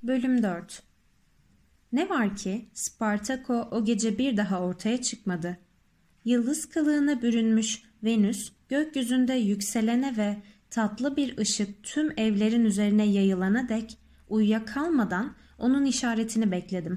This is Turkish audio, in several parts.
Bölüm 4. Ne var ki Spartako o gece bir daha ortaya çıkmadı. Yıldız kılığına bürünmüş Venüs gökyüzünde yükselene ve tatlı bir ışık tüm evlerin üzerine yayılana dek uyuyakalmadan onun işaretini bekledim.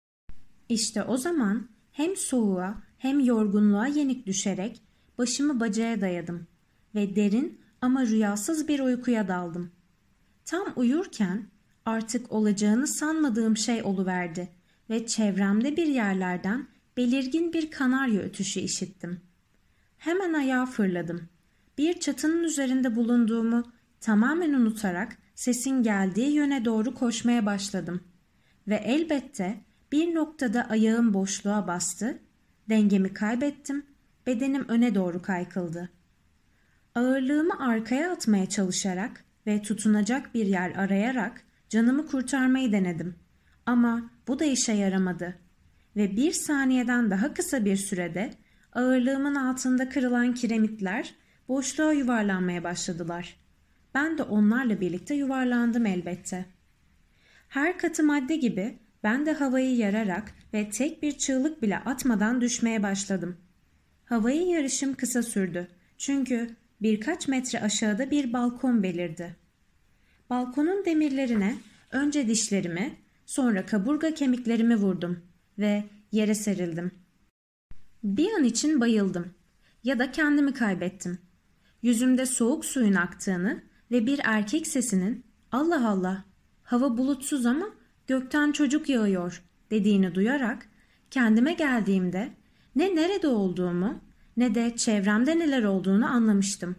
İşte o zaman hem soğuğa hem yorgunluğa yenik düşerek başımı bacağa dayadım ve derin ama rüyasız bir uykuya daldım. Tam uyurken artık olacağını sanmadığım şey oluverdi ve çevremde bir yerlerden belirgin bir kanarya ötüşü işittim. Hemen ayağa fırladım. Bir çatının üzerinde bulunduğumu tamamen unutarak sesin geldiği yöne doğru koşmaya başladım. Ve elbette bir noktada ayağım boşluğa bastı, dengemi kaybettim, bedenim öne doğru kaykıldı. Ağırlığımı arkaya atmaya çalışarak ve tutunacak bir yer arayarak canımı kurtarmayı denedim. Ama bu da işe yaramadı. Ve bir saniyeden daha kısa bir sürede ağırlığımın altında kırılan kiremitler boşluğa yuvarlanmaya başladılar. Ben de onlarla birlikte yuvarlandım elbette. Her katı madde gibi ben de havayı yararak ve tek bir çığlık bile atmadan düşmeye başladım. Havayı yarışım kısa sürdü. Çünkü birkaç metre aşağıda bir balkon belirdi. Balkonun demirlerine önce dişlerimi, sonra kaburga kemiklerimi vurdum ve yere serildim. Bir an için bayıldım ya da kendimi kaybettim. Yüzümde soğuk suyun aktığını ve bir erkek sesinin "Allah Allah, hava bulutsuz ama gökten çocuk yağıyor" dediğini duyarak kendime geldiğimde ne nerede olduğumu ne de çevremde neler olduğunu anlamıştım.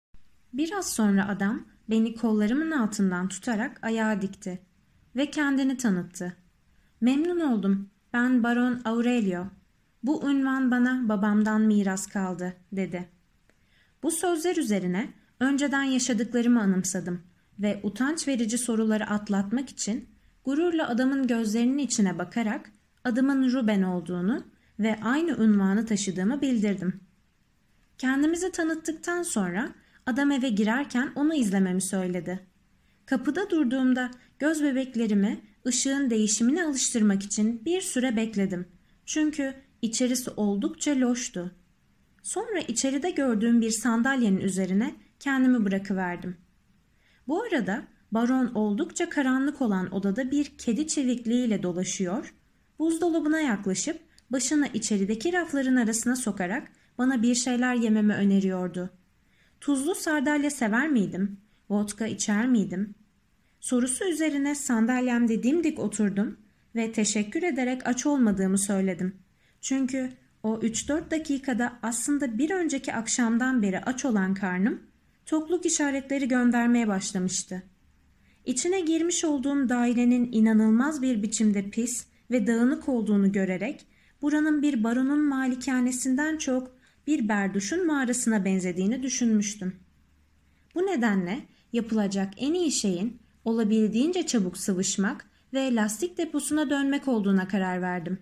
Biraz sonra adam beni kollarımın altından tutarak ayağa dikti ve kendini tanıttı. "Memnun oldum. Ben Baron Aurelio. Bu unvan bana babamdan miras kaldı" dedi. Bu sözler üzerine önceden yaşadıklarımı anımsadım ve utanç verici soruları atlatmak için gururla adamın gözlerinin içine bakarak adımın Ruben olduğunu ve aynı unvanı taşıdığımı bildirdim. Kendimizi tanıttıktan sonra adam eve girerken onu izlememi söyledi. Kapıda durduğumda göz bebeklerimi ışığın değişimine alıştırmak için bir süre bekledim. Çünkü içerisi oldukça loştu. Sonra içeride gördüğüm bir sandalyenin üzerine kendimi bırakıverdim. Bu arada baron oldukça karanlık olan odada bir kedi çevikliğiyle dolaşıyor, buzdolabına yaklaşıp başını içerideki rafların arasına sokarak bana bir şeyler yememi öneriyordu. Tuzlu sardalya sever miydim? Vodka içer miydim? Sorusu üzerine sandalyemde dimdik oturdum ve teşekkür ederek aç olmadığımı söyledim. Çünkü o 3-4 dakikada aslında bir önceki akşamdan beri aç olan karnım tokluk işaretleri göndermeye başlamıştı. İçine girmiş olduğum dairenin inanılmaz bir biçimde pis ve dağınık olduğunu görerek buranın bir baronun malikanesinden çok bir berduşun mağarasına benzediğini düşünmüştüm. Bu nedenle yapılacak en iyi şeyin olabildiğince çabuk sıvışmak ve lastik deposuna dönmek olduğuna karar verdim.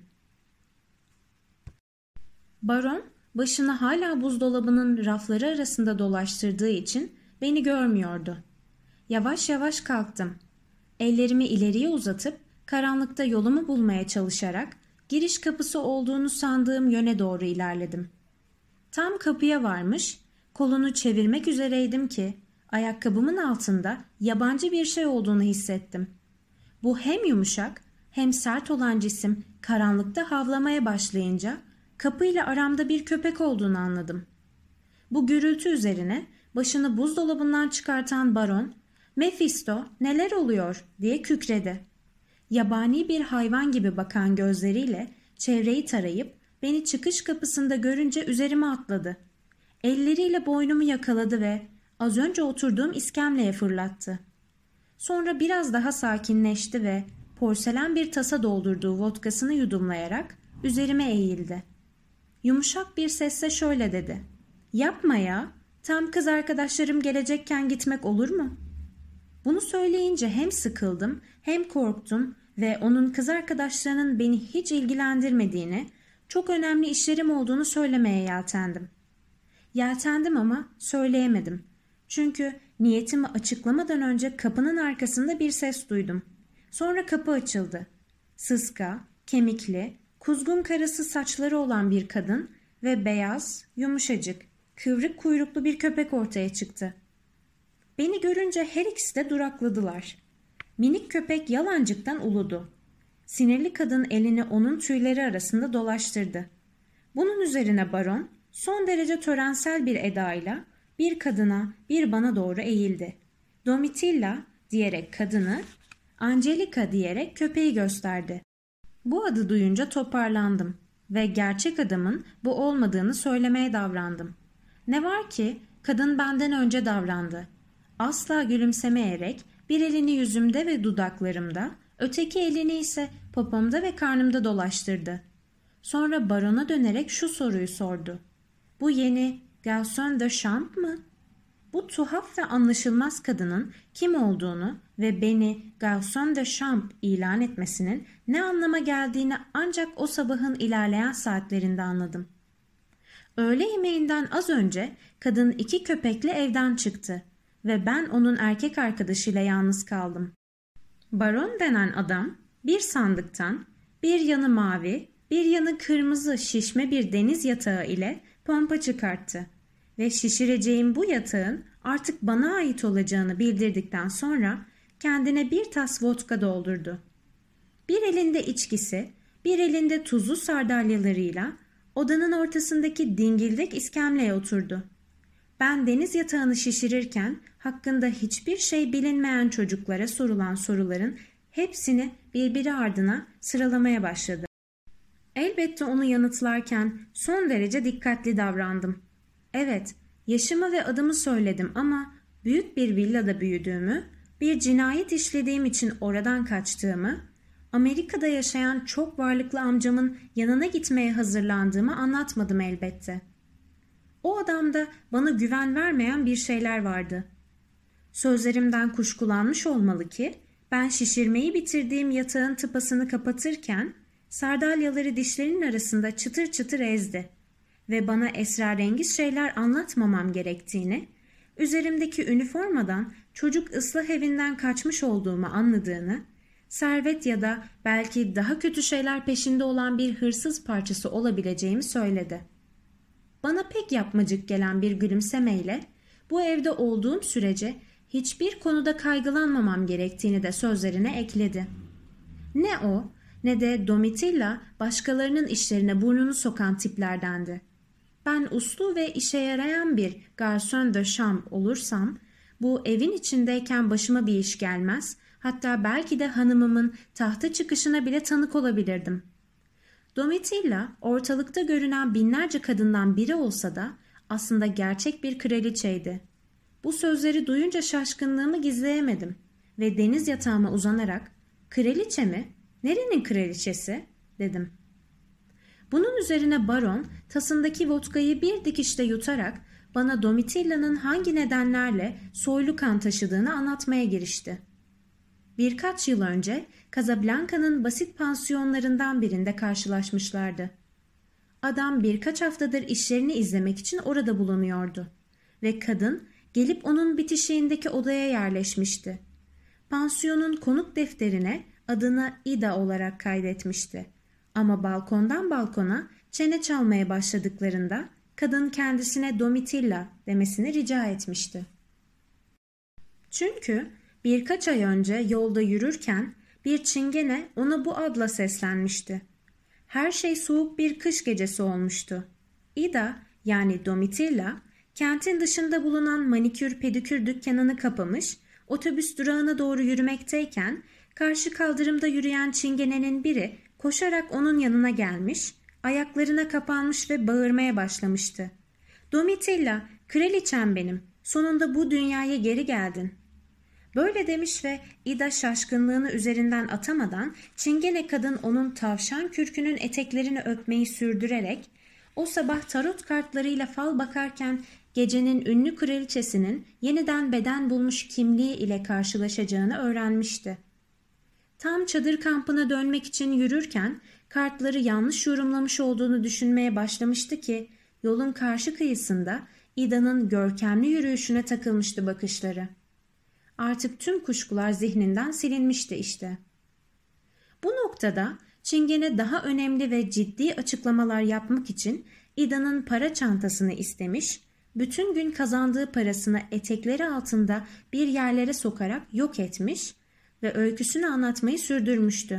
Baron başını hala buzdolabının rafları arasında dolaştırdığı için beni görmüyordu. Yavaş yavaş kalktım. Ellerimi ileriye uzatıp karanlıkta yolumu bulmaya çalışarak giriş kapısı olduğunu sandığım yöne doğru ilerledim. Tam kapıya varmış, kolunu çevirmek üzereydim ki ayakkabımın altında yabancı bir şey olduğunu hissettim. Bu hem yumuşak hem sert olan cisim karanlıkta havlamaya başlayınca kapıyla aramda bir köpek olduğunu anladım. Bu gürültü üzerine başını buzdolabından çıkartan baron, "Mephisto, neler oluyor?" diye kükredi. Yabani bir hayvan gibi bakan gözleriyle çevreyi tarayıp beni çıkış kapısında görünce üzerime atladı. Elleriyle boynumu yakaladı ve az önce oturduğum iskemleye fırlattı. Sonra biraz daha sakinleşti ve porselen bir tasa doldurduğu vodkasını yudumlayarak üzerime eğildi. Yumuşak bir sesle şöyle dedi: "Yapma ya, tam kız arkadaşlarım gelecekken gitmek olur mu?" Bunu söyleyince hem sıkıldım hem korktum ve onun kız arkadaşlarının beni hiç ilgilendirmediğini, çok önemli işlerim olduğunu söylemeye yeltendim. Yeltendim ama söyleyemedim. Çünkü niyetimi açıklamadan önce kapının arkasında bir ses duydum. Sonra kapı açıldı. Sıska, kemikli, kuzgun karası saçları olan bir kadın ve beyaz, yumuşacık, kıvrık kuyruklu bir köpek ortaya çıktı. Beni görünce her ikisi de durakladılar. Minik köpek yalancıktan uludu. Sinirli kadın elini onun tüyleri arasında dolaştırdı. Bunun üzerine baron son derece törensel bir edayla bir kadına bir bana doğru eğildi. Domitilla diyerek kadını, Angelica diyerek köpeği gösterdi. Bu adı duyunca toparlandım ve gerçek adamın bu olmadığını söylemeye davrandım. Ne var ki kadın benden önce davrandı. Asla gülümsemeyerek bir elini yüzümde ve dudaklarımda, öteki elini ise popomda ve karnımda dolaştırdı. Sonra barona dönerek şu soruyu sordu. Bu yeni garçon de chambre mı? Bu tuhaf ve anlaşılmaz kadının kim olduğunu ve beni garçon de chambre ilan etmesinin ne anlama geldiğini ancak o sabahın ilerleyen saatlerinde anladım. Öğle yemeğinden az önce kadın 2 köpekle evden çıktı ve ben onun erkek arkadaşıyla yalnız kaldım. Baron denen adam bir sandıktan bir yanı mavi, bir yanı kırmızı şişme bir deniz yatağı ile pompa çıkarttı ve şişireceğim bu yatağın artık bana ait olacağını bildirdikten sonra kendine bir tas vodka doldurdu. Bir elinde içkisi, bir elinde tuzlu sardalyalarıyla odanın ortasındaki dingildek iskemleye oturdu. Ben deniz yatağını şişirirken hakkında hiçbir şey bilinmeyen çocuklara sorulan soruların hepsini birbiri ardına sıralamaya başladı. Elbette onu yanıtlarken son derece dikkatli davrandım. Evet, yaşımı ve adımı söyledim ama büyük bir villada büyüdüğümü, bir cinayet işlediğim için oradan kaçtığımı, Amerika'da yaşayan çok varlıklı amcamın yanına gitmeye hazırlandığımı anlatmadım elbette. O adamda bana güven vermeyen bir şeyler vardı. Sözlerimden kuşkulanmış olmalı ki ben şişirmeyi bitirdiğim yatağın tıpasını kapatırken sardalyaları dişlerinin arasında çıtır çıtır ezdi ve bana esrarengiz şeyler anlatmamam gerektiğini, üzerimdeki üniformadan çocuk ıslah evinden kaçmış olduğumu anladığını, servet ya da belki daha kötü şeyler peşinde olan bir hırsız parçası olabileceğimi söyledi. Bana pek yapmacık gelen bir gülümsemeyle bu evde olduğum sürece hiçbir konuda kaygılanmamam gerektiğini de sözlerine ekledi. Ne o ne de Domitilla başkalarının işlerine burnunu sokan tiplerdendi. Ben uslu ve işe yarayan bir garçon de chambre olursam bu evin içindeyken başıma bir iş gelmez, hatta belki de hanımımın tahta çıkışına bile tanık olabilirdim. Domitilla ortalıkta görünen binlerce kadından biri olsa da aslında gerçek bir kraliçeydi. Bu sözleri duyunca şaşkınlığımı gizleyemedim ve deniz yatağıma uzanarak "Kraliçe mi? Nerenin kraliçesi?" dedim. Bunun üzerine baron tasındaki vodkayı bir dikişte yutarak bana Domitilla'nın hangi nedenlerle soylu kan taşıdığını anlatmaya girişti. Birkaç yıl önce Casablanca'nın basit pansiyonlarından birinde karşılaşmışlardı. Adam birkaç haftadır işlerini izlemek için orada bulunuyordu ve kadın gelip onun bitişiğindeki odaya yerleşmişti. Pansiyonun konuk defterine adını Ida olarak kaydetmişti. Ama balkondan balkona çene çalmaya başladıklarında kadın kendisine Domitilla demesini rica etmişti. Çünkü birkaç ay önce yolda yürürken bir çingene ona bu adla seslenmişti. Her şey soğuk bir kış gecesi olmuştu. Ida yani Domitilla kentin dışında bulunan manikür pedikür dükkanını kapamış, otobüs durağına doğru yürümekteyken karşı kaldırımda yürüyen çingenenin biri koşarak onun yanına gelmiş, ayaklarına kapanmış ve bağırmaya başlamıştı. "Domitilla, kraliçem benim, sonunda bu dünyaya geri geldin." Böyle demiş ve Ida şaşkınlığını üzerinden atamadan çingene kadın onun tavşan kürkünün eteklerini öpmeyi sürdürerek o sabah tarot kartlarıyla fal bakarken gecenin ünlü kraliçesinin yeniden beden bulmuş kimliği ile karşılaşacağını öğrenmişti. Tam çadır kampına dönmek için yürürken kartları yanlış yorumlamış olduğunu düşünmeye başlamıştı ki yolun karşı kıyısında İda'nın görkemli yürüyüşüne takılmıştı bakışları. Artık tüm kuşkular zihninden silinmişti işte. Bu noktada Çingene daha önemli ve ciddi açıklamalar yapmak için İda'nın para çantasını istemiş, bütün gün kazandığı parasını etekleri altında bir yerlere sokarak yok etmiş ve öyküsünü anlatmayı sürdürmüştü.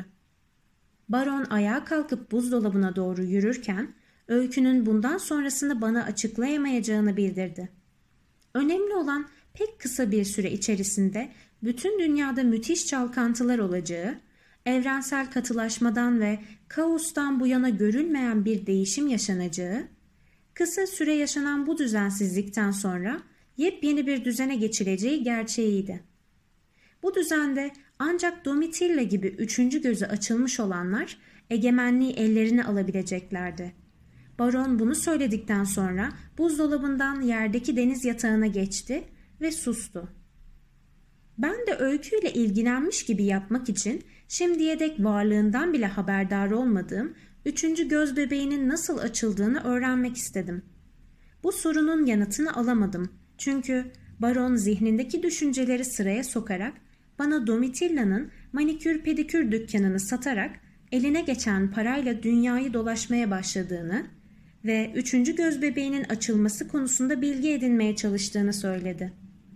Baron ayağa kalkıp buzdolabına doğru yürürken öykünün bundan sonrasını bana açıklayamayacağını bildirdi. Önemli olan pek kısa bir süre içerisinde bütün dünyada müthiş çalkantılar olacağı, evrensel katılaşmadan ve kaostan bu yana görülmeyen bir değişim yaşanacağı, kısa süre yaşanan bu düzensizlikten sonra yepyeni bir düzene geçileceği gerçeğiydi. Bu düzende ancak Domitilla gibi üçüncü gözü açılmış olanlar egemenliği ellerine alabileceklerdi. Baron bunu söyledikten sonra buzdolabından yerdeki deniz yatağına geçti ve sustu. Ben de öyküyle ilgilenmiş gibi yapmak için şimdiye dek varlığından bile haberdar olmadığım üçüncü göz bebeğinin nasıl açıldığını öğrenmek istedim. Bu sorunun yanıtını alamadım. Çünkü Baron zihnindeki düşünceleri sıraya sokarak bana Domitilla'nın manikür pedikür dükkanını satarak eline geçen parayla dünyayı dolaşmaya başladığını ve üçüncü göz bebeğinin açılması konusunda bilgi edinmeye çalıştığını söyledi.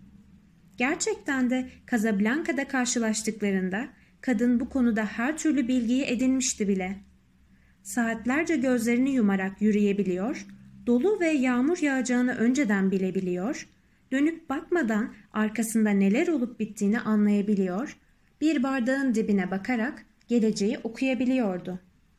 Gerçekten de Casablanca'da karşılaştıklarında kadın bu konuda her türlü bilgiyi edinmişti bile. Saatlerce gözlerini yumarak yürüyebiliyor, dolu ve yağmur yağacağını önceden bilebiliyor, dönüp bakmadan arkasında neler olup bittiğini anlayabiliyor, bir bardağın dibine bakarak geleceği okuyabiliyordu.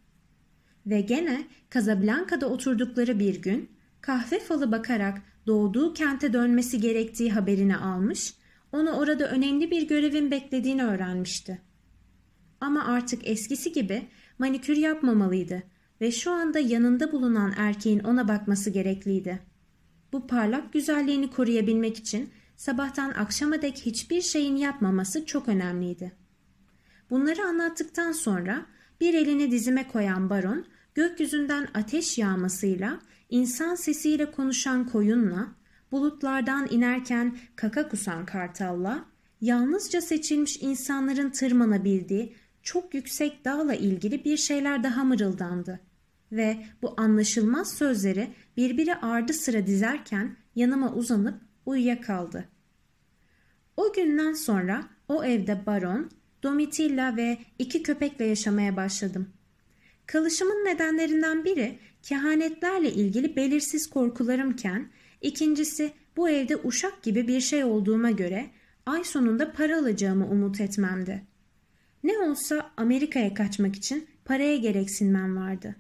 Ve gene Casablanca'da oturdukları bir gün kahve falı bakarak doğduğu kente dönmesi gerektiği haberini almış, onu orada önemli bir görevin beklediğini öğrenmişti. Ama artık eskisi gibi manikür yapmamalıydı ve şu anda yanında bulunan erkeğin ona bakması gerekliydi. Bu parlak güzelliğini koruyabilmek için sabahtan akşama dek hiçbir şeyin yapmaması çok önemliydi. Bunları anlattıktan sonra bir elini dizime koyan baron, gökyüzünden ateş yağmasıyla, insan sesiyle konuşan koyunla, bulutlardan inerken kaka kusan kartalla, yalnızca seçilmiş insanların tırmanabildiği çok yüksek dağla ilgili bir şeyler daha mırıldandı. Ve bu anlaşılmaz sözleri birbiri ardı sıra dizerken yanıma uzanıp uyuyakaldı. O günden sonra o evde baron, Domitilla ve 2 köpekle yaşamaya başladım. Kalışımın nedenlerinden biri kehanetlerle ilgili belirsiz korkularımken, ikincisi bu evde uşak gibi bir şey olduğuma göre ay sonunda para alacağımı umut etmemdi. Ne olsa Amerika'ya kaçmak için paraya gereksinmem vardı.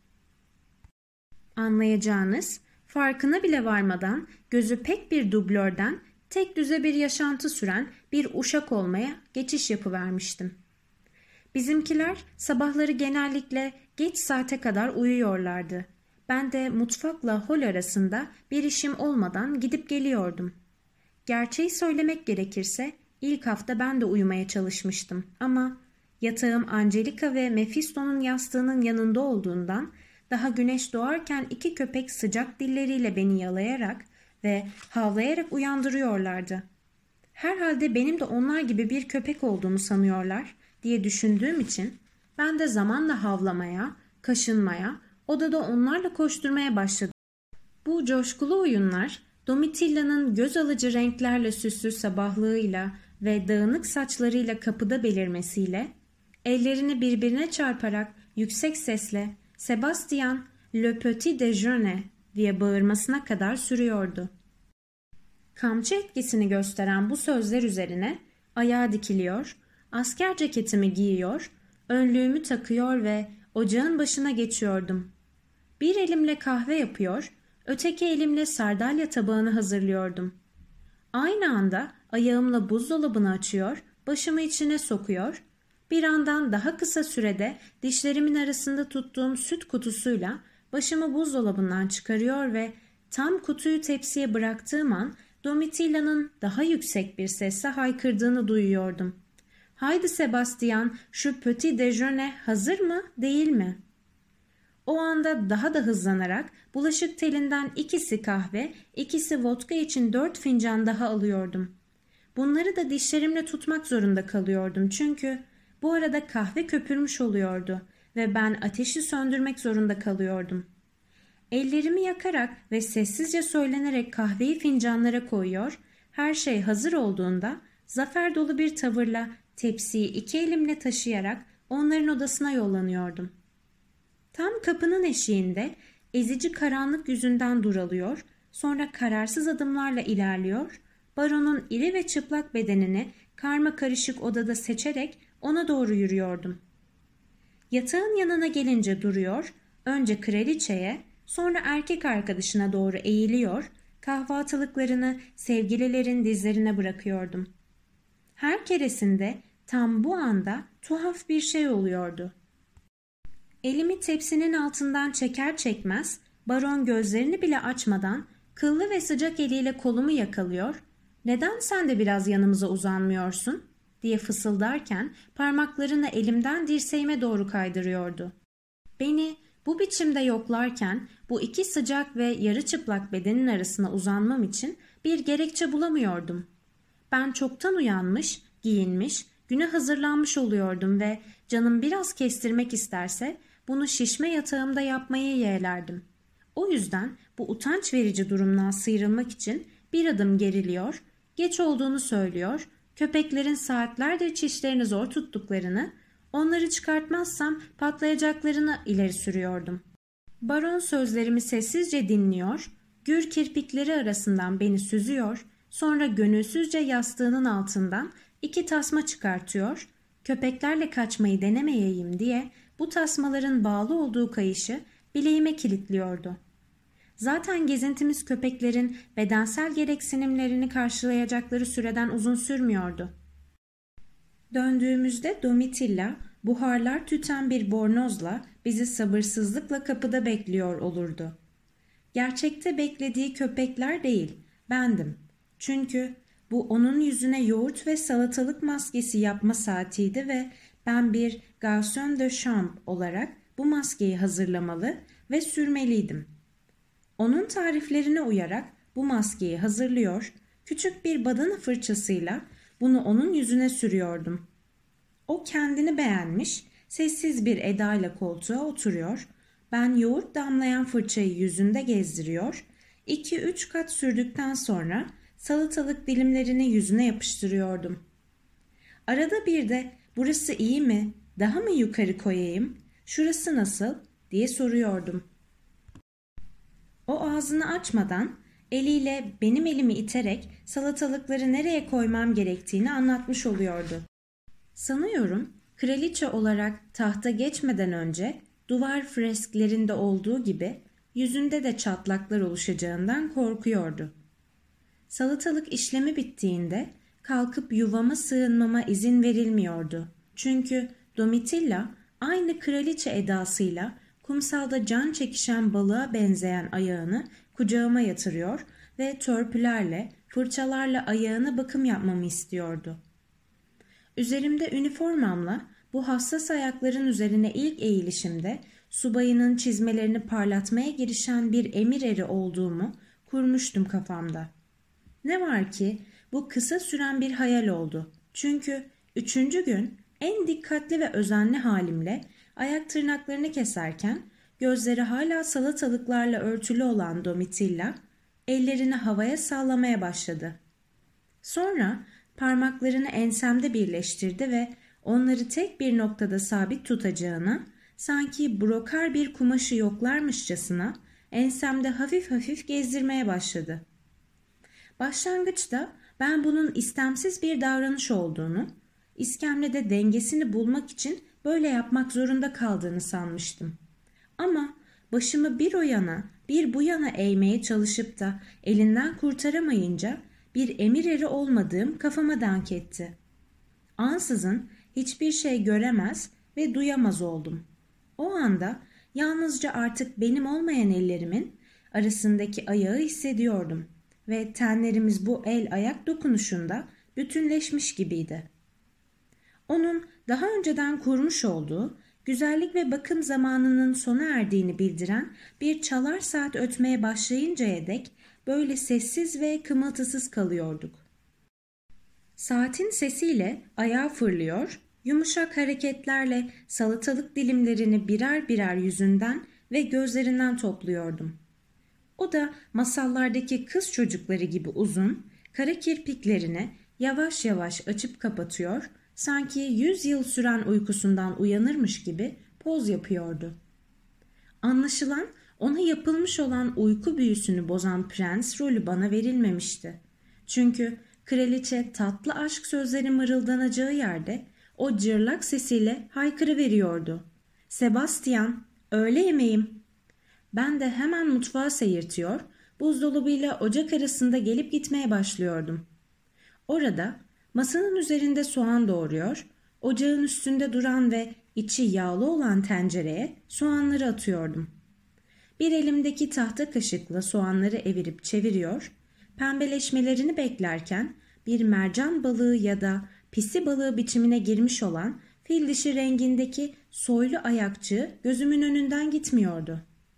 Anlayacağınız, farkına bile varmadan gözü pek bir dublörden tek düze bir yaşantı süren bir uşak olmaya geçiş yapıvermiştim. Bizimkiler sabahları genellikle geç saate kadar uyuyorlardı. Ben de mutfakla hol arasında bir işim olmadan gidip geliyordum. Gerçeği söylemek gerekirse ilk hafta ben de uyumaya çalışmıştım ama yatağım Angelica ve Mephisto'nun yastığının yanında olduğundan daha güneş doğarken 2 köpek sıcak dilleriyle beni yalayarak ve havlayarak uyandırıyorlardı. Herhalde benim de onlar gibi bir köpek olduğumu sanıyorlar diye düşündüğüm için ben de zamanla havlamaya, kaşınmaya, odada onlarla koşturmaya başladım. Bu coşkulu oyunlar Domitilla'nın göz alıcı renklerle süslü sabahlığıyla ve dağınık saçlarıyla kapıda belirmesiyle, ellerini birbirine çarparak yüksek sesle "Sebastian, le petit déjeuner" diye bağırmasına kadar sürüyordu. Kamçı etkisini gösteren bu sözler üzerine ayağa dikiliyor, asker ceketimi giyiyor, önlüğümü takıyor ve ocağın başına geçiyordum. Bir elimle kahve yapıyor, öteki elimle sardalya tabağını hazırlıyordum. Aynı anda ayağımla buzdolabını açıyor, başımı içine sokuyor, bir yandan daha kısa sürede dişlerimin arasında tuttuğum süt kutusuyla başımı buzdolabından çıkarıyor ve tam kutuyu tepsiye bıraktığım an Domitilla'nın daha yüksek bir sesle haykırdığını duyuyordum. "Haydi Sebastian, şu petit déjeuner hazır mı, değil mi?" O anda daha da hızlanarak bulaşık telinden 2'si kahve, 2'si vodka için 4 fincan daha alıyordum. Bunları da dişlerimle tutmak zorunda kalıyordum çünkü Bu arada kahve köpürmüş oluyordu ve ben ateşi söndürmek zorunda kalıyordum. Ellerimi yakarak ve sessizce söylenerek kahveyi fincanlara koyuyor, her şey hazır olduğunda zafer dolu bir tavırla tepsiyi 2 elimle taşıyarak onların odasına yollanıyordum. Tam kapının eşiğinde ezici karanlık yüzünden duralıyor, sonra kararsız adımlarla ilerliyor, baronun iri ve çıplak bedenini karma karışık odada seçerek ona doğru yürüyordum. Yatağın yanına gelince duruyor, önce kraliçeye, sonra erkek arkadaşına doğru eğiliyor, kahvaltılıklarını sevgililerin dizlerine bırakıyordum. Her keresinde tam bu anda tuhaf bir şey oluyordu. Elimi tepsinin altından çeker çekmez, baron gözlerini bile açmadan kıllı ve sıcak eliyle kolumu yakalıyor, "Neden sen de biraz yanımıza uzanmıyorsun?" diye fısıldarken parmaklarını elimden dirseğime doğru kaydırıyordu. Beni bu biçimde yoklarken bu 2 sıcak ve yarı çıplak bedenin arasına uzanmam için bir gerekçe bulamıyordum. Ben çoktan uyanmış, giyinmiş, güne hazırlanmış oluyordum ve canım biraz kestirmek isterse bunu şişme yatağımda yapmayı yeğlerdim. O yüzden bu utanç verici durumdan sıyrılmak için bir adım geriliyor, geç olduğunu söylüyor, köpeklerin saatlerdir çişlerini zor tuttuklarını, onları çıkartmazsam patlayacaklarını ileri sürüyordum. Baron sözlerimi sessizce dinliyor, gür kirpikleri arasından beni süzüyor, sonra gönülsüzce yastığının altından 2 tasma çıkartıyor, köpeklerle kaçmayı denemeyeyim diye bu tasmaların bağlı olduğu kayışı bileğime kilitliyordu. Zaten gezintimiz köpeklerin bedensel gereksinimlerini karşılayacakları süreden uzun sürmüyordu. Döndüğümüzde Domitilla buharlar tüten bir bornozla bizi sabırsızlıkla kapıda bekliyor olurdu. Gerçekte beklediği köpekler değil, bendim. Çünkü bu onun yüzüne yoğurt ve salatalık maskesi yapma saatiydi ve ben bir garçon de chambre olarak bu maskeyi hazırlamalı ve sürmeliydim. Onun tariflerine uyarak bu maskeyi hazırlıyor, küçük bir badana fırçasıyla bunu onun yüzüne sürüyordum. O kendini beğenmiş, sessiz bir edayla koltuğa oturuyor, ben yoğurt damlayan fırçayı yüzünde gezdiriyor, 2-3 kat sürdükten sonra salatalık dilimlerini yüzüne yapıştırıyordum. Arada bir de "Burası iyi mi? Daha mı yukarı koyayım? Şurası nasıl?" diye soruyordum. O ağzını açmadan eliyle benim elimi iterek salatalıkları nereye koymam gerektiğini anlatmış oluyordu. Sanıyorum kraliçe olarak tahta geçmeden önce duvar fresklerinde olduğu gibi yüzünde de çatlaklar oluşacağından korkuyordu. Salatalık işlemi bittiğinde kalkıp yuvama sığınmama izin verilmiyordu. Çünkü Domitilla aynı kraliçe edasıyla kumsalda can çekişen balığa benzeyen ayağını kucağıma yatırıyor ve törpülerle, fırçalarla ayağına bakım yapmamı istiyordu. Üzerimde üniformamla bu hassas ayakların üzerine ilk eğilişimde subayının çizmelerini parlatmaya girişen bir emir eri olduğumu kurmuştum kafamda. Ne var ki bu kısa süren bir hayal oldu. Çünkü 3. gün en dikkatli ve özenli halimle ayak tırnaklarını keserken gözleri hala salatalıklarla örtülü olan Domitilla ellerini havaya sallamaya başladı. Sonra parmaklarını ensemde birleştirdi ve onları tek bir noktada sabit tutacağına, sanki brokar bir kumaşı yoklarmışçasına ensemde hafif hafif gezdirmeye başladı. Başlangıçta ben bunun istemsiz bir davranış olduğunu, iskemlede dengesini bulmak için böyle yapmak zorunda kaldığını sanmıştım. Ama başımı bir o yana bir bu yana eğmeye çalışıp da elinden kurtaramayınca bir emir eri olmadığım kafama dank etti. Ansızın hiçbir şey göremez ve duyamaz oldum. O anda yalnızca artık benim olmayan ellerimin arasındaki ayağı hissediyordum ve tenlerimiz bu el ayak dokunuşunda bütünleşmiş gibiydi. Onun daha önceden kurmuş olduğu, güzellik ve bakım zamanının sona erdiğini bildiren bir çalar saat ötmeye başlayıncaya dek böyle sessiz ve kımıltısız kalıyorduk. Saatin sesiyle ayağa fırlıyor, Yumuşak hareketlerle salatalık dilimlerini birer birer yüzünden ve gözlerinden topluyordum. O da masallardaki kız çocukları gibi uzun, kara kirpiklerini yavaş yavaş açıp kapatıyor, sanki 100 yıl süren uykusundan uyanırmış gibi poz yapıyordu. Anlaşılan ona yapılmış olan uyku büyüsünü bozan prens rolü bana verilmemişti. Çünkü kraliçe tatlı aşk sözleri mırıldanacağı yerde o cırlak sesiyle haykırıveriyordu. "Sebastian, öğle yemeğim." Ben de hemen mutfağa seyirtiyor, buzdolabıyla ocak arasında gelip gitmeye başlıyordum. Orada masanın üzerinde soğan doğruyor, ocağın üstünde duran ve içi yağlı olan tencereye soğanları atıyordum. Bir elimdeki tahta kaşıkla soğanları evirip çeviriyor, pembeleşmelerini beklerken bir mercan balığı ya da pisi balığı biçimine girmiş olan fil dişi rengindeki soylu ayakçı gözümün önünden gitmiyordu.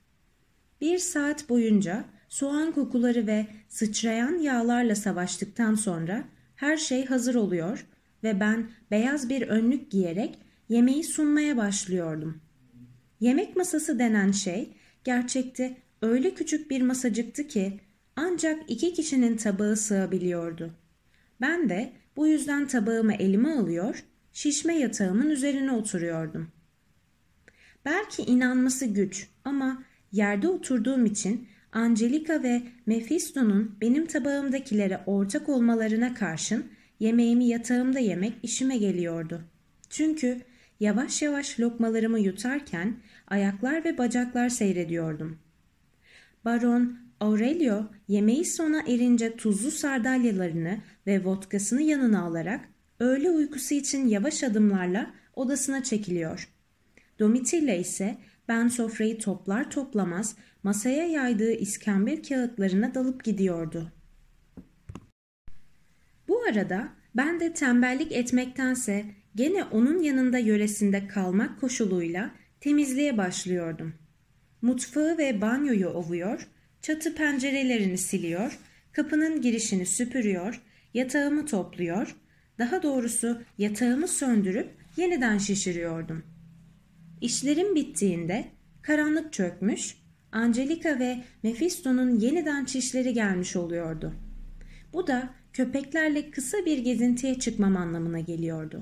1 saat boyunca soğan kokuları ve sıçrayan yağlarla savaştıktan sonra her şey hazır oluyor ve ben beyaz bir önlük giyerek yemeği sunmaya başlıyordum. Yemek masası denen şey gerçekte öyle küçük bir masacıktı ki ancak 2 kişinin tabağı sığabiliyordu. Ben de bu yüzden tabağımı elime alıyor, şişme yatağımın üzerine oturuyordum. Belki inanması güç ama yerde oturduğum için Angelica ve Mephisto'nun benim tabağımdakilere ortak olmalarına karşın yemeğimi yatağımda yemek işime geliyordu. Çünkü yavaş yavaş lokmalarımı yutarken ayaklar ve bacaklar seyrediyordum. Baron Aurelio yemeği sona erince tuzlu sardalyalarını ve vodkasını yanına alarak öğle uykusu için yavaş adımlarla odasına çekiliyor. Domitilla ise ben sofrayı toplar toplamaz masaya yaydığı iskambil kağıtlarına dalıp gidiyordu. Bu arada ben de tembellik etmektense gene onun yanında yöresinde kalmak koşuluyla temizliğe başlıyordum. Mutfağı ve banyoyu ovuyor, çatı pencerelerini siliyor, kapının girişini süpürüyor, yatağımı topluyor, daha doğrusu yatağımı söndürüp yeniden şişiriyordum. İşlerim bittiğinde karanlık çökmüş, Angelica ve Mephisto'nun yeniden çişleri gelmiş oluyordu. Bu da köpeklerle kısa bir gezintiye çıkmam anlamına geliyordu.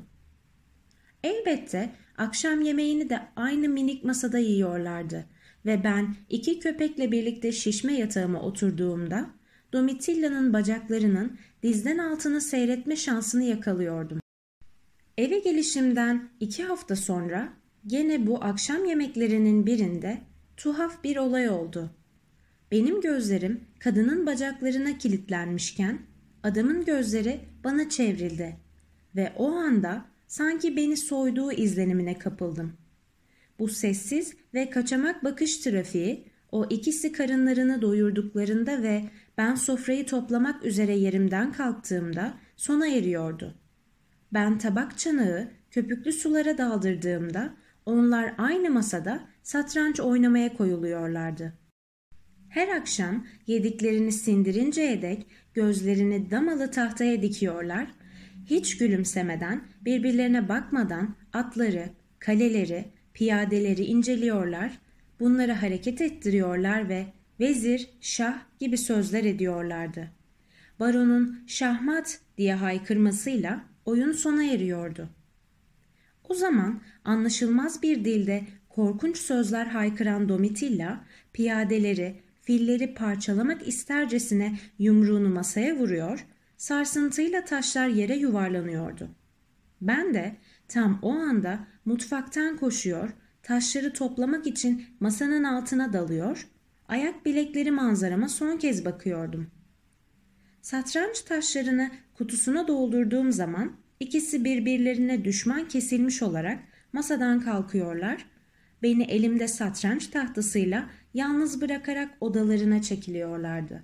Elbette akşam yemeğini de aynı minik masada yiyorlardı ve ben 2 köpekle birlikte şişme yatağıma oturduğumda Domitilla'nın bacaklarının dizden altını seyretme şansını yakalıyordum. Eve gelişimden 2 hafta sonra gene bu akşam yemeklerinin birinde tuhaf bir olay oldu. Benim gözlerim kadının bacaklarına kilitlenmişken adamın gözleri bana çevrildi ve o anda sanki beni soyduğu izlenimine kapıldım. Bu sessiz ve kaçamak bakış trafiği o ikisi karınlarını doyurduklarında ve ben sofrayı toplamak üzere yerimden kalktığımda sona eriyordu. Ben tabak çanağı köpüklü sulara daldırdığımda onlar aynı masada satranç oynamaya koyuluyorlardı. Her akşam yediklerini sindirinceye dek gözlerini damalı tahtaya dikiyorlar, hiç gülümsemeden, birbirlerine bakmadan atları, kaleleri, piyadeleri inceliyorlar, bunları hareket ettiriyorlar ve vezir, şah gibi sözler ediyorlardı. Baronun şahmat diye haykırmasıyla oyun sona eriyordu. O zaman anlaşılmaz bir dilde korkunç sözler haykıran Domitilla, piyadeleri, filleri parçalamak istercesine yumruğunu masaya vuruyor, sarsıntıyla taşlar yere yuvarlanıyordu. Ben de tam o anda mutfaktan koşuyor, taşları toplamak için masanın altına dalıyor, ayak bilekleri manzarama son kez bakıyordum. Satranç taşlarını kutusuna doldurduğum zaman ikisi birbirlerine düşman kesilmiş olarak masadan kalkıyorlar, beni elimde satranç tahtasıyla yalnız bırakarak odalarına çekiliyorlardı.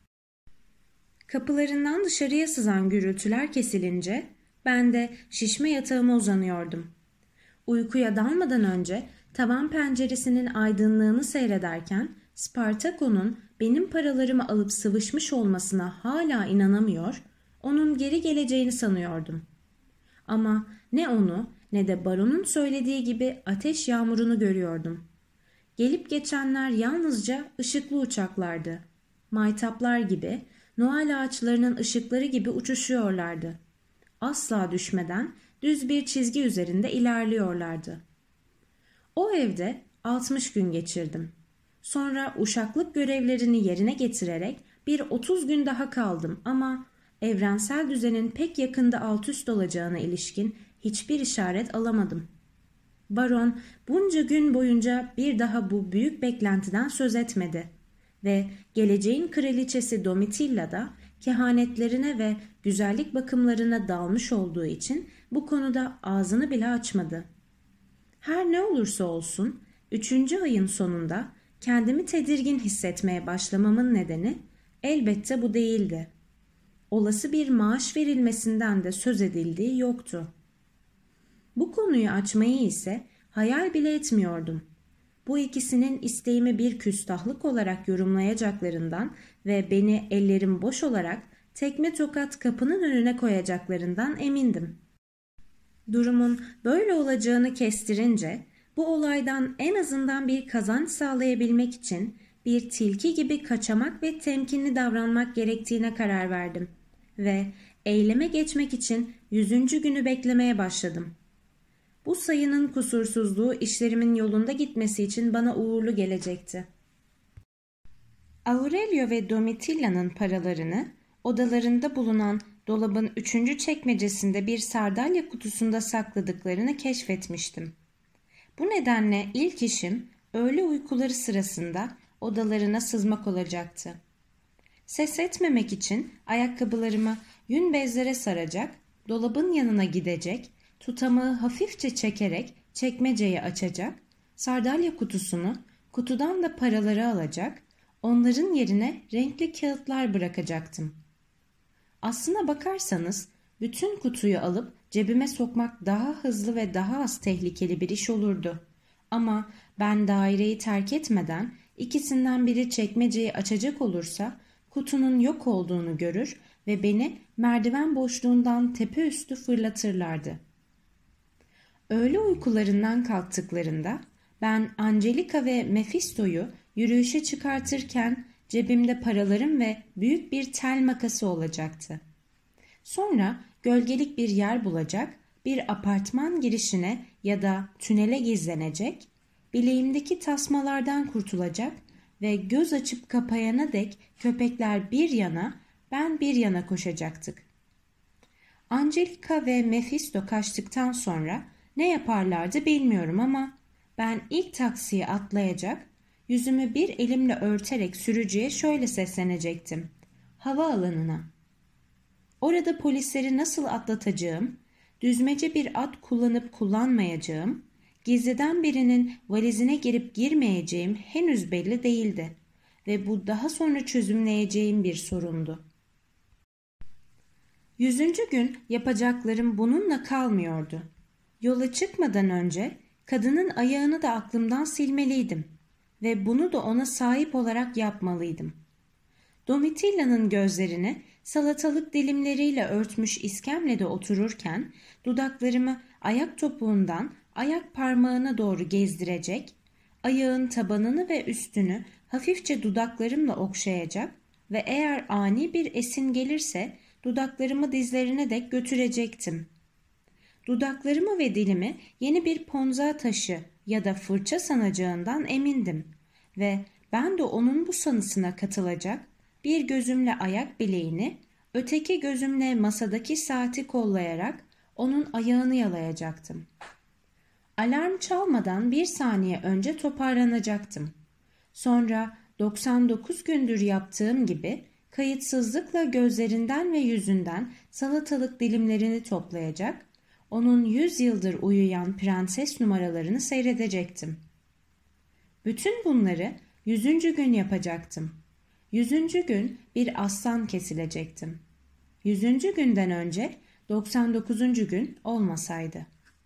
Kapılarından dışarıya sızan gürültüler kesilince ben de şişme yatağıma uzanıyordum. Uykuya dalmadan önce tavan penceresinin aydınlığını seyrederken Spartako'nun benim paralarımı alıp sıvışmış olmasına hala inanamıyor, onun geri geleceğini sanıyordum. Ama ne onu ne de baronun söylediği gibi ateş yağmurunu görüyordum. Gelip geçenler yalnızca ışıklı uçaklardı. Maytaplar gibi, Noel ağaçlarının ışıkları gibi uçuşuyorlardı. Asla düşmeden düz bir çizgi üzerinde ilerliyorlardı. O evde 60 gün geçirdim. Sonra uşaklık görevlerini yerine getirerek bir 30 gün daha kaldım ama evrensel düzenin pek yakında alt üst olacağına ilişkin hiçbir işaret alamadım. Baron bunca gün boyunca bir daha bu büyük beklentiden söz etmedi ve geleceğin kraliçesi Domitilla da kehanetlerine ve güzellik bakımlarına dalmış olduğu için bu konuda ağzını bile açmadı. Her ne olursa olsun 3. ayın sonunda kendimi tedirgin hissetmeye başlamamın nedeni elbette bu değildi. Olası bir maaş verilmesinden de söz edildiği yoktu. Bu konuyu açmayı ise hayal bile etmiyordum. Bu ikisinin isteğimi bir küstahlık olarak yorumlayacaklarından ve beni ellerim boş olarak tekme tokat kapının önüne koyacaklarından emindim. Durumun böyle olacağını kestirince bu olaydan en azından bir kazanç sağlayabilmek için bir tilki gibi kaçamak ve temkinli davranmak gerektiğine karar verdim ve eyleme geçmek için 100. günü beklemeye başladım. Bu sayının kusursuzluğu işlerimin yolunda gitmesi için bana uğurlu gelecekti. Aurelio ve Domitilla'nın paralarını odalarında bulunan dolabın 3. çekmecesinde bir sardalya kutusunda sakladıklarını keşfetmiştim. Bu nedenle ilk işim öğle uykuları sırasında odalarına sızmak olacaktı. Ses etmemek için ayakkabılarımı yün bezlere saracak, dolabın yanına gidecek, tutamağı hafifçe çekerek çekmeceyi açacak, sardalya kutusunu, kutudan da paraları alacak, onların yerine renkli kağıtlar bırakacaktım. Aslına bakarsanız bütün kutuyu alıp cebime sokmak daha hızlı ve daha az tehlikeli bir iş olurdu. Ama ben daireyi terk etmeden ikisinden biri çekmeceyi açacak olursa kutunun yok olduğunu görür ve beni merdiven boşluğundan tepe üstü fırlatırlardı. Öğle uykularından kalktıklarında ben Angelica ve Mephisto'yu yürüyüşe çıkartırken cebimde paralarım ve büyük bir tel makası olacaktı. Sonra gölgelik bir yer bulacak, bir apartman girişine ya da tünele gizlenecek, bileğimdeki tasmalardan kurtulacak ve göz açıp kapayana dek köpekler bir yana, ben bir yana koşacaktık. Angelica ve Mephisto kaçtıktan sonra ne yaparlardı bilmiyorum ama ben ilk taksiye atlayacak, yüzümü bir elimle örterek sürücüye şöyle seslenecektim. Havaalanına. Orada polisleri nasıl atlatacağım, düzmece bir at kullanıp kullanmayacağım, gizliden birinin valizine girip girmeyeceğim henüz belli değildi ve bu daha sonra çözümleyeceğim bir sorundu. 100. gün yapacaklarım bununla kalmıyordu. Yola çıkmadan önce kadının ayağını da aklımdan silmeliydim ve bunu da ona sahip olarak yapmalıydım. Domitilla'nın gözlerini salatalık dilimleriyle örtmüş iskemlede otururken dudaklarımı ayak topuğundan ayak parmağına doğru gezdirecek, ayağın tabanını ve üstünü hafifçe dudaklarımla okşayacak ve eğer ani bir esin gelirse dudaklarımı dizlerine dek götürecektim. Dudaklarımı ve dilimi yeni bir ponza taşı ya da fırça sanacağından emindim ve ben de onun bu sanısına katılacak, bir gözümle ayak bileğini, öteki gözümle masadaki saati kollayarak onun ayağını yalayacaktım. Alarm çalmadan bir saniye önce toparlanacaktım. Sonra 99 gündür yaptığım gibi kayıtsızlıkla gözlerinden ve yüzünden salatalık dilimlerini toplayacak, onun 100 yıldır uyuyan prenses numaralarını seyredecektim. Bütün bunları 100. gün yapacaktım. 100. gün bir aslan kesilecektim. 100. günden önce 99. gün olmasaydı.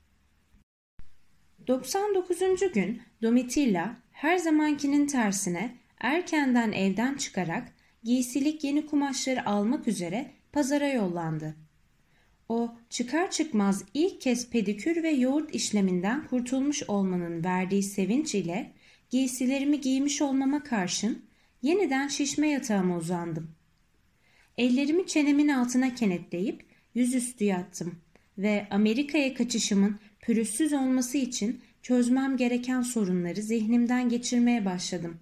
99. gün Domitilla her zamankinin tersine erkenden evden çıkarak giysilik yeni kumaşları almak üzere pazara yollandı. O çıkar çıkmaz ilk kez pedikür ve yoğurt işleminden kurtulmuş olmanın verdiği sevinç ile giysilerimi giymiş olmama karşın yeniden şişme yatağıma uzandım. Ellerimi çenemin altına kenetleyip yüzüstü yattım ve Amerika'ya kaçışımın pürüzsüz olması için çözmem gereken sorunları zihnimden geçirmeye başladım.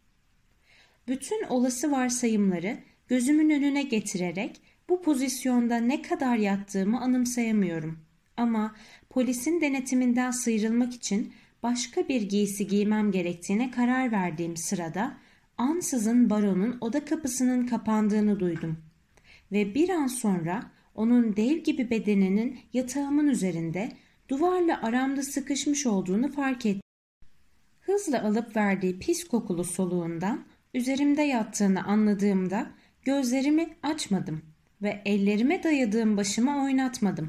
Bütün olası varsayımları gözümün önüne getirerek bu pozisyonda ne kadar yattığımı anımsayamıyorum. Ama polisin denetiminden sıyrılmak için başka bir giysi giymem gerektiğine karar verdiğim sırada ansızın baronun oda kapısının kapandığını duydum. Ve bir an sonra onun dev gibi bedeninin yatağımın üzerinde duvarla aramda sıkışmış olduğunu fark ettim. Hızla alıp verdiği pis kokulu soluğundan üzerimde yattığını anladığımda gözlerimi açmadım ve ellerime dayadığım başımı oynatmadım.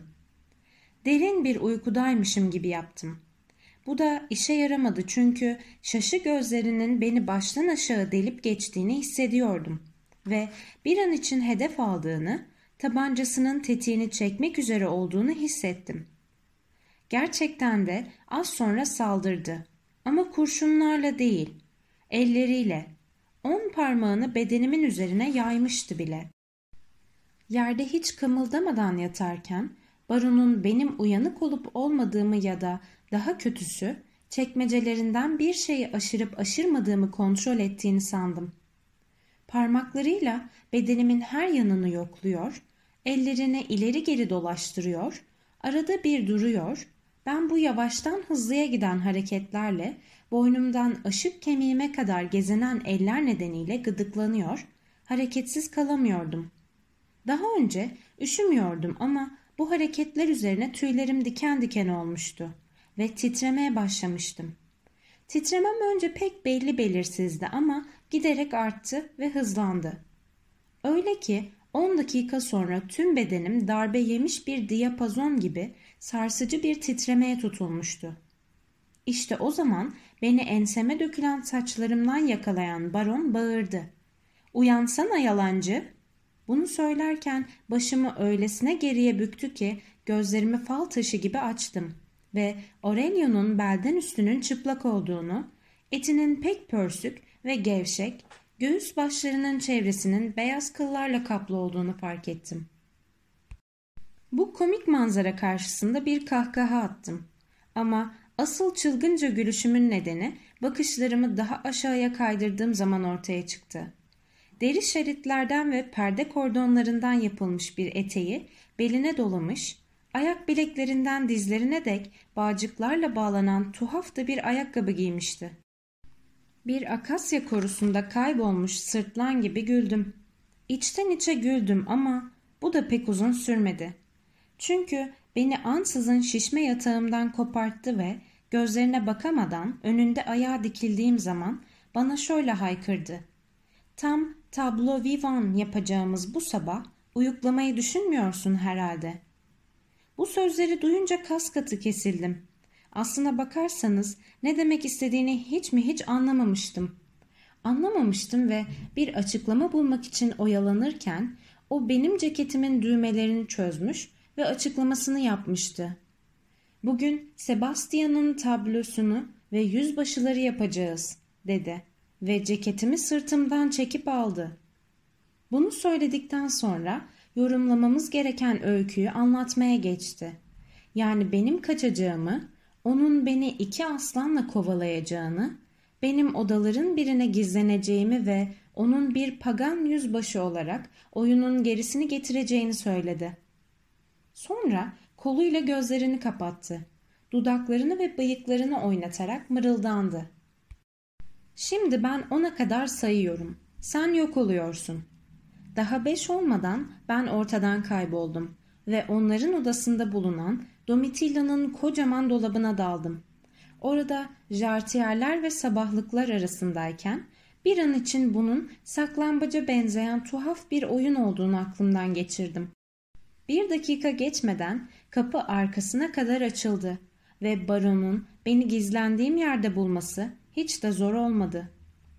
Derin bir uykudaymışım gibi yaptım. Bu da işe yaramadı çünkü şaşı gözlerinin beni baştan aşağı delip geçtiğini hissediyordum ve bir an için hedef aldığını, tabancasının tetiğini çekmek üzere olduğunu hissettim. Gerçekten de az sonra saldırdı ama kurşunlarla değil, elleriyle. 10 parmağını bedenimin üzerine yaymıştı bile. Yerde hiç kımıldamadan yatarken baronun benim uyanık olup olmadığımı ya da daha kötüsü çekmecelerinden bir şeyi aşırıp aşırmadığımı kontrol ettiğini sandım. Parmaklarıyla bedenimin her yanını yokluyor, ellerini ileri geri dolaştırıyor, arada bir duruyor, ben bu yavaştan hızlıya giden hareketlerle boynumdan aşık kemiğime kadar gezinen eller nedeniyle gıdıklanıyor, hareketsiz kalamıyordum. Daha önce üşümüyordum ama bu hareketler üzerine tüylerim diken diken olmuştu ve titremeye başlamıştım. Titremem önce pek belirsizdi ama giderek arttı ve hızlandı. Öyle ki 10 dakika sonra tüm bedenim darbe yemiş bir diyapazon gibi sarsıcı bir titremeye tutulmuştu. İşte o zaman beni enseme dökülen saçlarımdan yakalayan baron bağırdı. "Uyansana yalancı!" Bunu söylerken başımı öylesine geriye büktü ki gözlerimi fal taşı gibi açtım ve Aurelio'nun belden üstünün çıplak olduğunu, etinin pek pörsük ve gevşek, göğüs başlarının çevresinin beyaz kıllarla kaplı olduğunu fark ettim. Bu komik manzara karşısında bir kahkaha attım. Ama asıl çılgınca gülüşümün nedeni bakışlarımı daha aşağıya kaydırdığım zaman ortaya çıktı. Deri şeritlerden ve perde kordonlarından yapılmış bir eteği beline dolamış, ayak bileklerinden dizlerine dek bağcıklarla bağlanan tuhaf da bir ayakkabı giymişti. Bir akasya korusunda kaybolmuş sırtlan gibi güldüm. İçten içe güldüm ama bu da pek uzun sürmedi. Çünkü beni ansızın şişme yatağımdan koparttı ve gözlerine bakamadan önünde ayağa dikildiğim zaman bana şöyle haykırdı. "Tam tablo vivant yapacağımız bu sabah uyuklamayı düşünmüyorsun herhalde." Bu sözleri duyunca kas katı kesildim. Aslına bakarsanız ne demek istediğini hiç anlamamıştım. Anlamamıştım ve bir açıklama bulmak için oyalanırken o benim ceketimin düğmelerini çözmüş ve açıklamasını yapmıştı. "Bugün Sebastian'ın tablosunu ve yüzbaşıları yapacağız," dedi ve ceketimi sırtımdan çekip aldı. Bunu söyledikten sonra yorumlamamız gereken öyküyü anlatmaya geçti. Yani benim kaçacağımı, onun beni 2 aslanla kovalayacağını, benim odaların birine gizleneceğimi ve onun bir pagan yüzbaşı olarak oyunun gerisini getireceğini söyledi. Sonra koluyla gözlerini kapattı. Dudaklarını ve bıyıklarını oynatarak mırıldandı. "Şimdi ben 10'a kadar sayıyorum. Sen yok oluyorsun." Daha 5 olmadan ben ortadan kayboldum ve onların odasında bulunan Domitilla'nın kocaman dolabına daldım. Orada jartiyerler ve sabahlıklar arasındayken bir an için bunun saklambaca benzeyen tuhaf bir oyun olduğunu aklımdan geçirdim. 1 dakika geçmeden kapı arkasına kadar açıldı ve baronun beni gizlendiğim yerde bulması hiç de zor olmadı.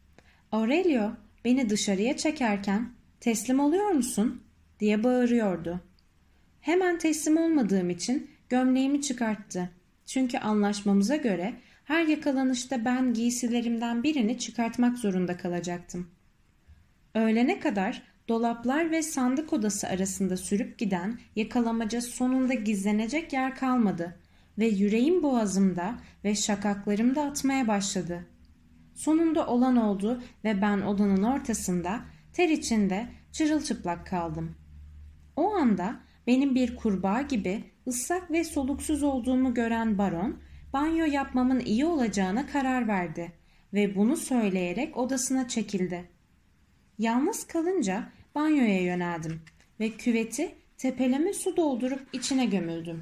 Aurelio beni dışarıya çekerken "Teslim oluyor musun?" diye bağırıyordu. Hemen teslim olmadığım için gömleğimi çıkarttı. Çünkü anlaşmamıza göre her yakalanışta ben giysilerimden birini çıkartmak zorunda kalacaktım. Öğlene kadar dolaplar ve sandık odası arasında sürüp giden yakalamaca sonunda gizlenecek yer kalmadı ve yüreğim boğazımda ve şakaklarımda atmaya başladı. Sonunda olan oldu ve ben odanın ortasında ter içinde çırılçıplak kaldım. O anda benim bir kurbağa gibi ıslak ve soluksuz olduğumu gören baron, banyo yapmamın iyi olacağına karar verdi ve bunu söyleyerek odasına çekildi. Yalnız kalınca banyoya yöneldim ve küveti tepeleme su doldurup içine gömüldüm.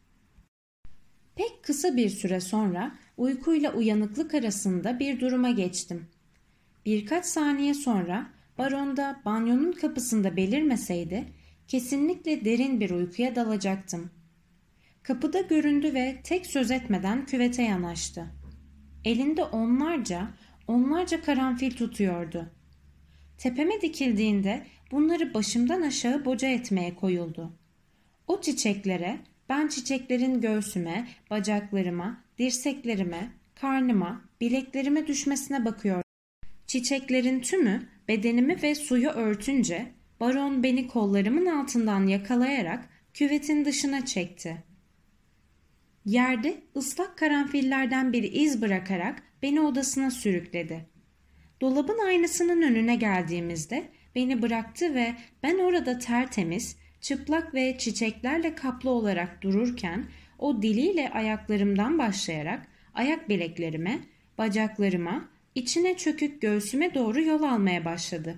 Pek kısa bir süre sonra uykuyla uyanıklık arasında bir duruma geçtim. Birkaç saniye sonra baron da banyonun kapısında belirmeseydi kesinlikle derin bir uykuya dalacaktım. Kapıda göründü ve tek söz etmeden küvete yanaştı. Elinde onlarca karanfil tutuyordu. Tepeme dikildiğinde bunları başımdan aşağı boca etmeye koyuldu. O çiçeklere, ben çiçeklerin göğsüme, bacaklarıma, dirseklerime, karnıma, bileklerime düşmesine bakıyordum. Çiçeklerin tümü bedenimi ve suyu örtünce baron beni kollarımın altından yakalayarak küvetin dışına çekti. Yerde ıslak karanfillerden bir iz bırakarak beni odasına sürükledi. Dolabın aynasının önüne geldiğimizde beni bıraktı ve ben orada tertemiz, çıplak ve çiçeklerle kaplı olarak dururken o diliyle ayaklarımdan başlayarak ayak bileklerime, bacaklarıma, içine çökük göğsüme doğru yol almaya başladı.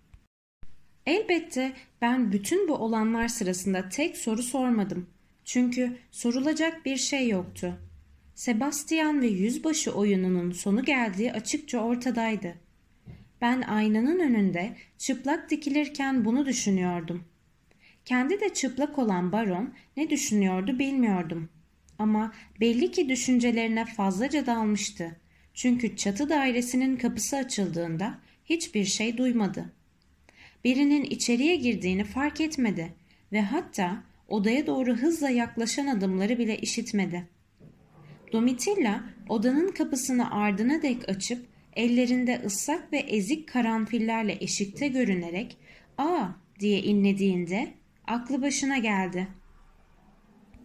Elbette ben bütün bu olanlar sırasında tek soru sormadım. Çünkü sorulacak bir şey yoktu. Sebastian ve yüzbaşı oyununun sonu geldiği açıkça ortadaydı. Ben aynanın önünde çıplak dikilirken bunu düşünüyordum. Kendi de çıplak olan baron ne düşünüyordu bilmiyordum. Ama belli ki düşüncelerine fazlaca dalmıştı. Çünkü çatı dairesinin kapısı açıldığında hiçbir şey duymadı. Birinin içeriye girdiğini fark etmedi ve hatta odaya doğru hızla yaklaşan adımları bile işitmedi. Domitilla odanın kapısını ardına dek açıp ellerinde ıslak ve ezik karanfillerle eşikte görünerek "Aa!" diye inlediğinde aklı başına geldi.